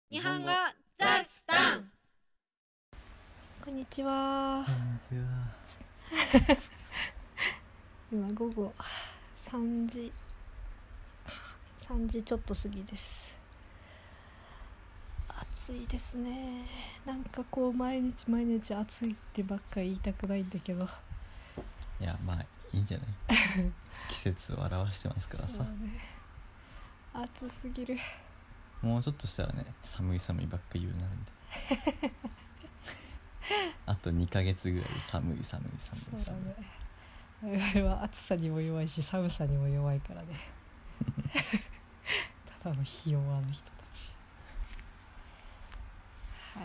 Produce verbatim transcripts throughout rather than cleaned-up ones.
日本語ザスタン。 こんにちは。 こんにちは。 今午後さんじさんじちょっと過ぎです。暑いですね。なんかこう毎日毎日暑いってばっかり言いたくないんだけど、 いやまあいいんじゃない季節を表してますからさ、 そうね、暑すぎる。 もうちょっとしたらね寒い寒いばっか言うようになるんであとにかげつぐらい寒い寒い寒い寒い。 そうだね、我々は暑さにも弱いし寒さにも弱いからねただのひ弱な人たち。はい、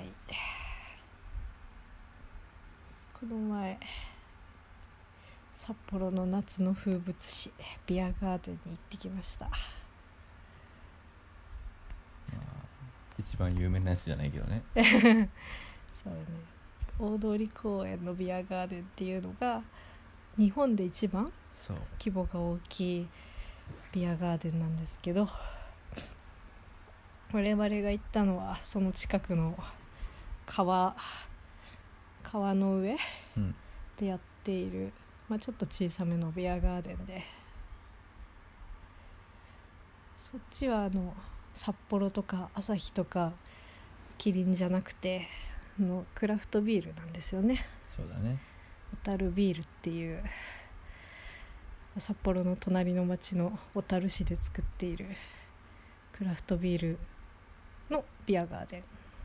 この前札幌の夏の風物詩ビアガーデンに行ってきました。 まあ、一番有名なやつじゃないけどねそうだね、大通公園のビアガーデンっていうのが日本で一番そう規模が大きいビアガーデンなんですけど、我々が行ったのはその近くの川川の上うんでやっている、まあ、ちょっと小さめのビアガーデンで、そっちはあの札幌とか旭とかキリンじゃなくてあのクラフトビールなんですよね。 そうだね。 小樽ビールっていう札幌の隣の町の小樽市で作っているクラフトビールのビアガーデ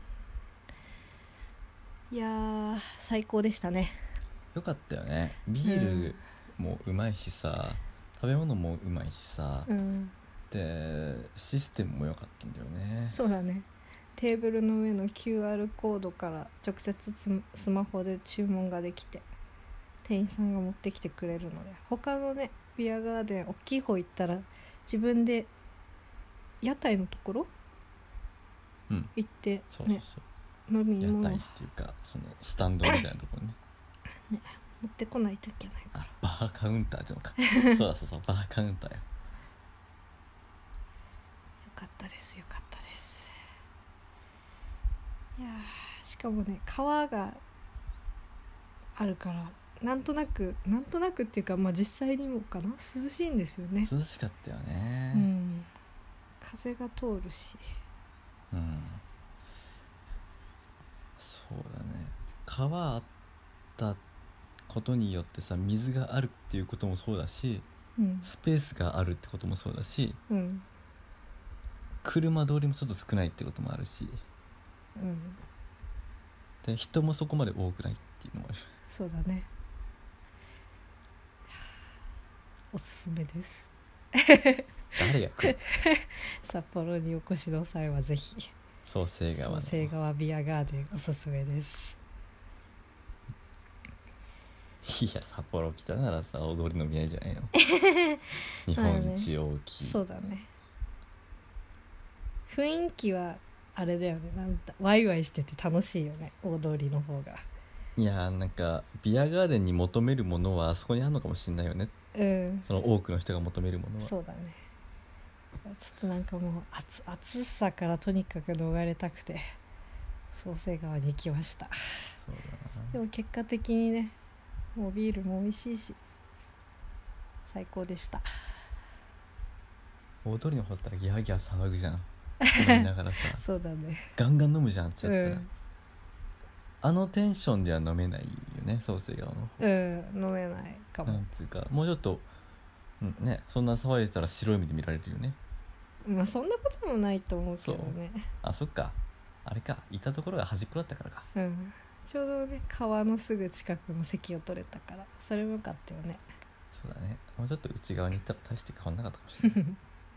ン。いやー最高でしたね。 よかったよね。ビールもうまいしさ、食べ物もうまいしさ、 うん、 でシステムも良かったんだよね。 そうだね。テーブルの上の キューアール コードから直接スマホで注文ができて店員さんが持ってきてくれるので、他のねビアガーデン大きい方行ったら自分で屋台のところうん行ってね、 そうそうそう、 飲み物屋台っていうかそのスタンドみたいなところねね持ってこないといけないから。 あバーカウンターっていうのかそうだそうそうバーカウンターよ。 よかったですよかったです。いやしかもね川があるからなんとなくなんとなくっていうか、まあ実際にもかな涼しいんですよね。 涼しかったよね。 うん、風が通るし。 うん、そうだね。川あったことによってさ、水があるっていうこともそうだし、 うんスペースがあるってこともそうだし、 うん車通りもちょっと少ないってこともあるし、 うんで人もそこまで多くないっていうのもある。 そうだね。おすすめです。 誰が来る札幌にお越しの際はぜひ創成川の創成川ビアガーデンおすすめです。 いや札幌来たならさ踊り飲み屋じゃないの日本一大きい、 そうだね。雰囲気はあれだよね、なんだワイワイしてて楽しいよね、大通りの方が。 いやーなんかビアガーデンに求めるものはあそこにあるのかもしれないよね。 うんその多くの人が求めるものは。 そうだね。ちょっとなんかもう 暑, 暑さからとにかく逃れたくて創成川に行きました。 そうだな。 でも結果的にねもうビールも美味しいし最高でした。 大通りの方だったらギャーギャー騒ぐじゃん飲みながらさそうだね。 ガンガン飲むじゃんあっちだったら、 うんあのテンションでは飲めないよね創成川の方、 うん飲めないかも。 なんつうかもうちょっと、うんね、そんな騒いでたら白い目で見られるよね。 まあそんなこともないと思うけどね。 あそっかあれかいたところが端っこだったからか。 うんちょうどね川のすぐ近くの席を取れたからそれもよかったよね。 そうだね。もうちょっと内側に行ったら大して変わんなかったかもしれない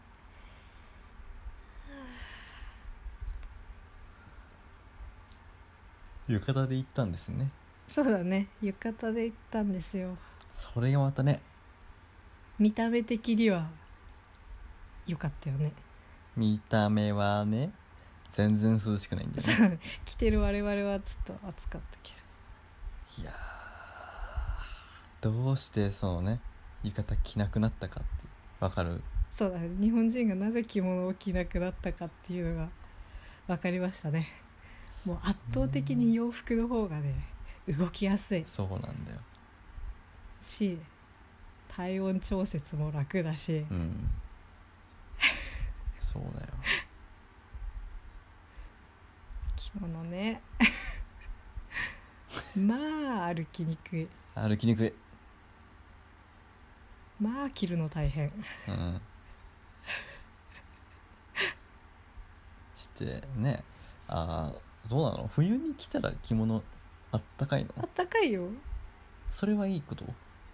浴衣で行ったんですね。 そうだね浴衣で行ったんですよ。 それがまたね見た目的には良かったよね。 見た目はね全然涼しくないんだよね着てる我々はちょっと暑かったけど。 いやーどうしてそのね浴衣着なくなったかってわかる？ そうだね日本人がなぜ着物を着なくなったかっていうのがわかりましたね。もう圧倒的に洋服の方がね動きやすいそうなんだよ。 し、体温調節も楽だし、 うんそうだよ。 着物ねまあ歩きにくい、 歩きにくい。 まあ着るの大変。 うんしてね。ああ、どうなの、冬に着たら着物あったかいの？ あったかいよ。 それはいいこと？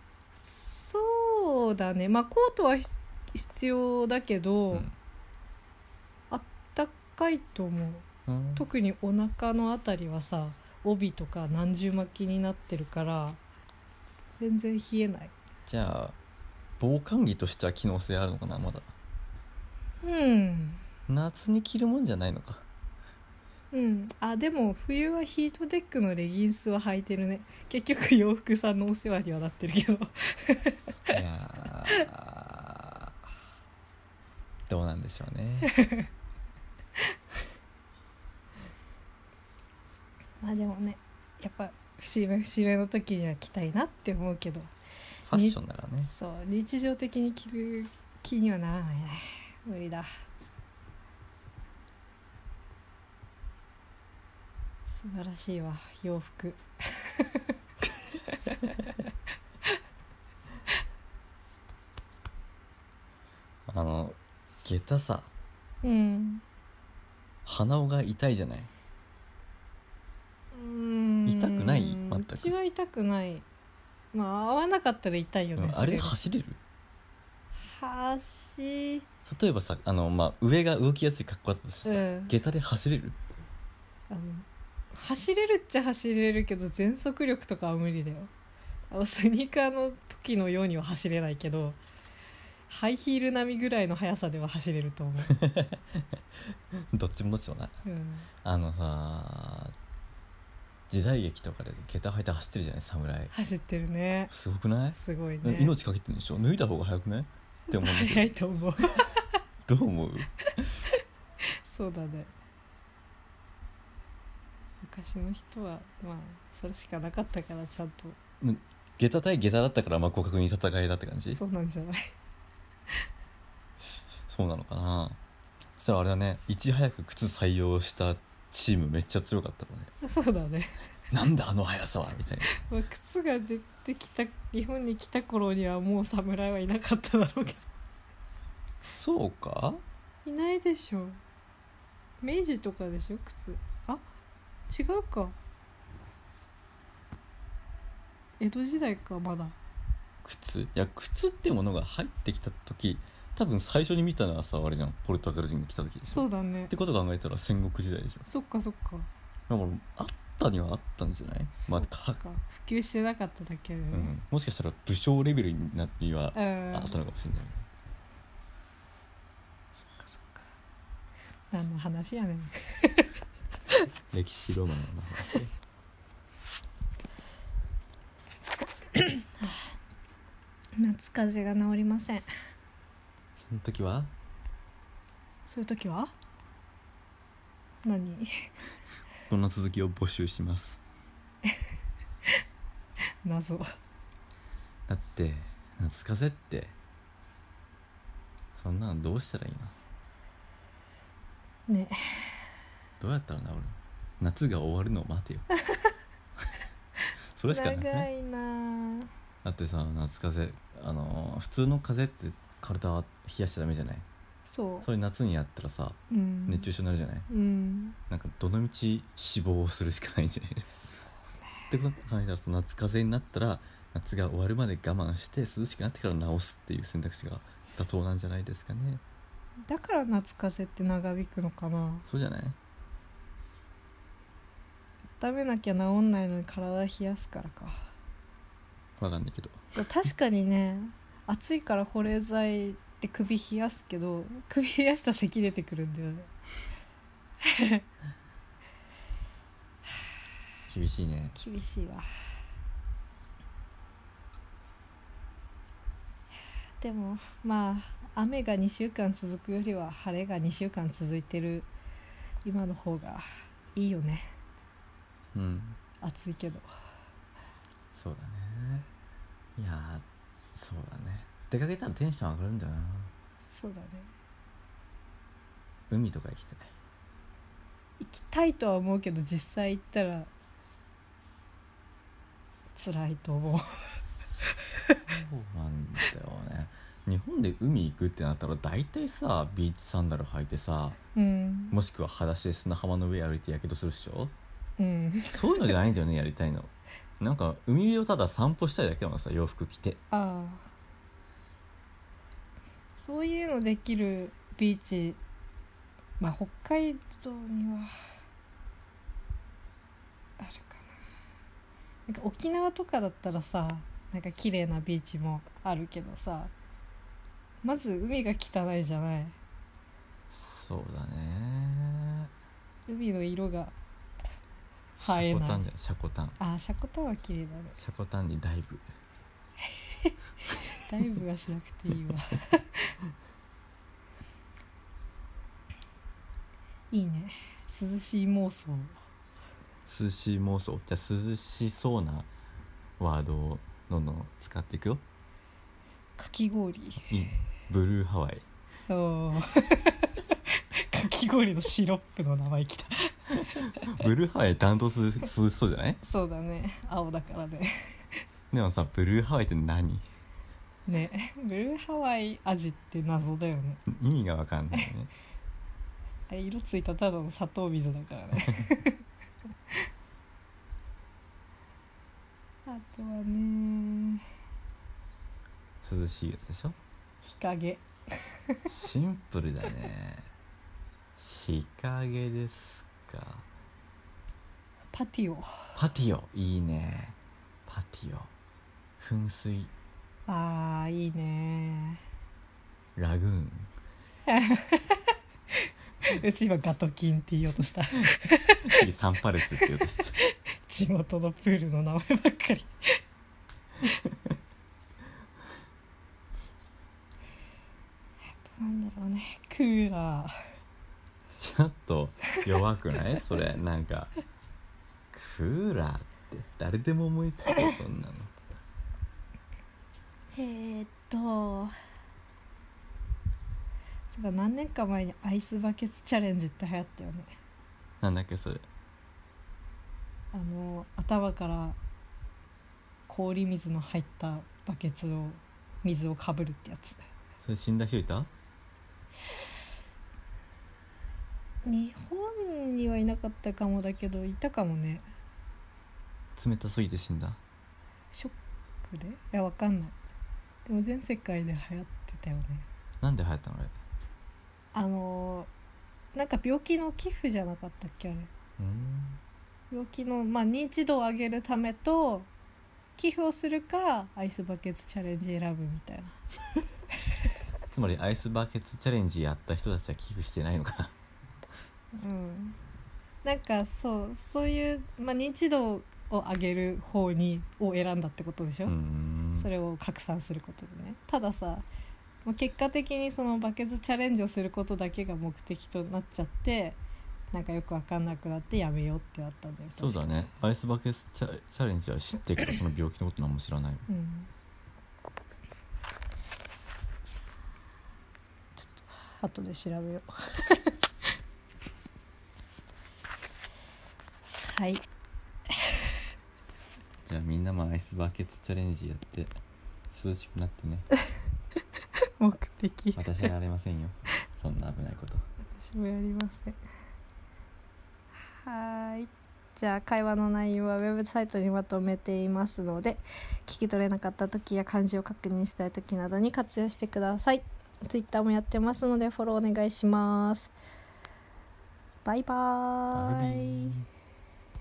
そうだね、まあコートはひ必要だけど、 うんあったかいと思う。 うん特にお腹のあたりはさ、帯とか何重巻きになってるから全然冷えない。 じゃあ防寒着としては機能性あるのかな、まだ。 うん夏に着るもんじゃないのか。 うんあでも冬はヒートテックのレギンスは履いてるね。結局洋服さんのお世話にはなってるけどいやーどうなんでしょうねまあでもね、やっぱ節目節目の時には着たいなって思うけど、 ファッションだからね。 そう日常的に着る気にはならないね。無理だ。素晴らしいわ洋服あの下駄さ、 うん鼻緒が痛いじゃない。 うーん痛くない？全くうちは痛くない。まあ合わなかったら痛いよね、 うんあれそ走れる？ 走例えばさ、あの、まあ、上が動きやすい格好だったとしてさ、 うん下駄で走れる？ あの走れるっちゃ走れるけど全速力とかは無理だよ。あのスニーカーの時のようには走れないけど、ハイヒール並みぐらいの速さでは走れると思う、 どっちもどっちもな。 うん、 あのさ、時代劇とかで下駄履いて走ってるじゃない、侍。 走ってるね。 すごくない？ すごいね。 命かけてるんでしょ。脱いだ方が早くないって思うんだけど早いと思うどう思う？ そうだね。昔の人はまあそれしかなかったからちゃんと。 下駄対下駄だったから、まあ互角に戦いだって感じ。 そうなんじゃない。 そうなのかな。そしたらあれだね、いち早く靴採用したチームめっちゃ強かったのね。 そうだね。 なんだあの速さはみたいな。 まあ、靴が出てきた日本に来た頃にはもう侍はいなかっただろうけそうか？ ど。いないでしょ。明治とかでしょ靴。あ、違うか。江戸時代かまだ。 靴？いや、靴ってものが入ってきた時、多分最初に見たのはさ、あれじゃん、ポルトガル人が来た時でしょ。 そうだねってこと考えたら戦国時代でしょ。 そっかそっか。 だからあったにはあったんじゃない？まあそっかか普及してなかっただけでね、 うん、もしかしたら武将レベルになにはうん、 あったのかもしれないね。 そっかそっか。何の話やねん歴史ロマンの話。 夏風邪が治りません。 その時はそういう時は何この続きを募集します。 謎。 だって夏風邪ってそんなのどうしたらいいの？ ね。 どうやったら治るの？夏が終わるのを待てよそれしかなく長ない？ いな。 だってさ、夏風邪、あのー普通の風邪って体は冷やしちゃダメじゃない。 そう。 それ夏にやったらさ、 うん、 熱中症になるじゃない。 うんなんかどの道死亡するしかないんじゃないそうね。 ってこと考えたら、その夏風邪になったら夏が終わるまで我慢して涼しくなってから治すっていう選択肢が妥当なんじゃないですかね。 だから夏風邪って長引くのかな。 そうじゃない？ 食べなきゃ治んないのに体冷やすからか。 わかんないけど。 確かにね、暑いから保冷剤で首冷やすけど、首冷やしたら咳出てくるんだよね厳しいね。 厳しいわ。でもまあ雨がにしゅうかん続くよりは晴れがにしゅうかん続いてる今の方がいいよね。 うん暑いけど。 そうだね。いやーそうだね、出かけたらテンション上がるんだよな。 そうだね。 海とか行きたい。 行きたいとは思うけど実際行ったら辛いと思う。 そうなんだよね。日本で海行くってなったら大体さビーチサンダル履いてさ、 うんもしくは裸足で砂浜の上歩いてやけどするっしょ。 うんそういうのじゃないんだよねやりたいの。なんか海辺をただ散歩したいだけなのさ、洋服着て。 ああそういうのできるビーチ、まあ北海道にはあるかな。なんか沖縄とかだったらさ、なんか綺麗なビーチもあるけどさ、まず海が汚いじゃない。 そうだね。 海の色がシ映えない。 ャコタンじゃん、シャコタン。 ああシャコタンは綺麗だね。 シャコタンにダイブ。 ダイブはしなくていいわ。いいね、涼しい妄想。 涼しい妄想。じゃあ涼しそうなワードをどんどん使っていくよ。 かき氷。 いいね。ブルーハワイ。 おーかき氷のシロップの名前きた。 ブルーハワイ担当する涼しそうじゃない？ そうだね、青だからね。 でもさ、ブルーハワイって何？ ね、ブルーハワイ味って謎だよね。 意味が分かんないね。 あれ色ついたただの砂糖水だからね。あとはね、 涼しいやつでしょ。 日陰。 シンプルだね。日陰ですか。 パティオ。 パティオいいね。パティオ、噴水、 あーいいね。 ラグーン。 うち今ガトキンって言おうとした。 次サンパレスって言おうとした。 地元のプールの名前ばっかり。あとなんだろうね、クーラー。 ちょっと弱くない？それなんかクーラーって誰でも思いつくよそんなの。 えー、っとそうか、何年か前にアイスバケツチャレンジって流行ったよね。 なんだっけそれ。 あの頭から氷水の入ったバケツを水をかぶるってやつ。 それ死んだ人いた？ 日本にはいなかったかもだけどいたかもね。 冷たすぎて死んだ？ ショックで？いやわかんない。でも全世界で流行ってたよね。 なんで流行ったのあれ？ あのなんか病気の寄付じゃなかったっけあれ。 うーん、 病気の、まあ、認知度を上げるためと寄付をするかアイスバケツチャレンジ選ぶみたいな。 つまりアイスバケツチャレンジやった人たちは寄付してないのかな。 うん、なんかそうそういう、まあ、認知度を上げる方にを選んだってことでしょ。 うーん、 それを拡散することでね。たださ、まあ、結果的にそのバケツチャレンジをすることだけが目的となっちゃってなんかよく分かんなくなってやめようってなったんだよ。 そうだね。アイスバケツチャ、チャレンジは知ってるからその病気のこと何も知らない。 うん、ちょっと後で調べよう。はい。 じゃあみんなもアイスバケツチャレンジやって涼しくなってね。 目的。 私はやれませんよ。そんな危ないこと。 私もやりません。はい。じゃあ会話の内容はウェブサイトにまとめていますので、聞き取れなかった時や漢字を確認したい時などに活用してください。ツイッターもやってますのでフォローお願いします。バイバーイ。 バイビー。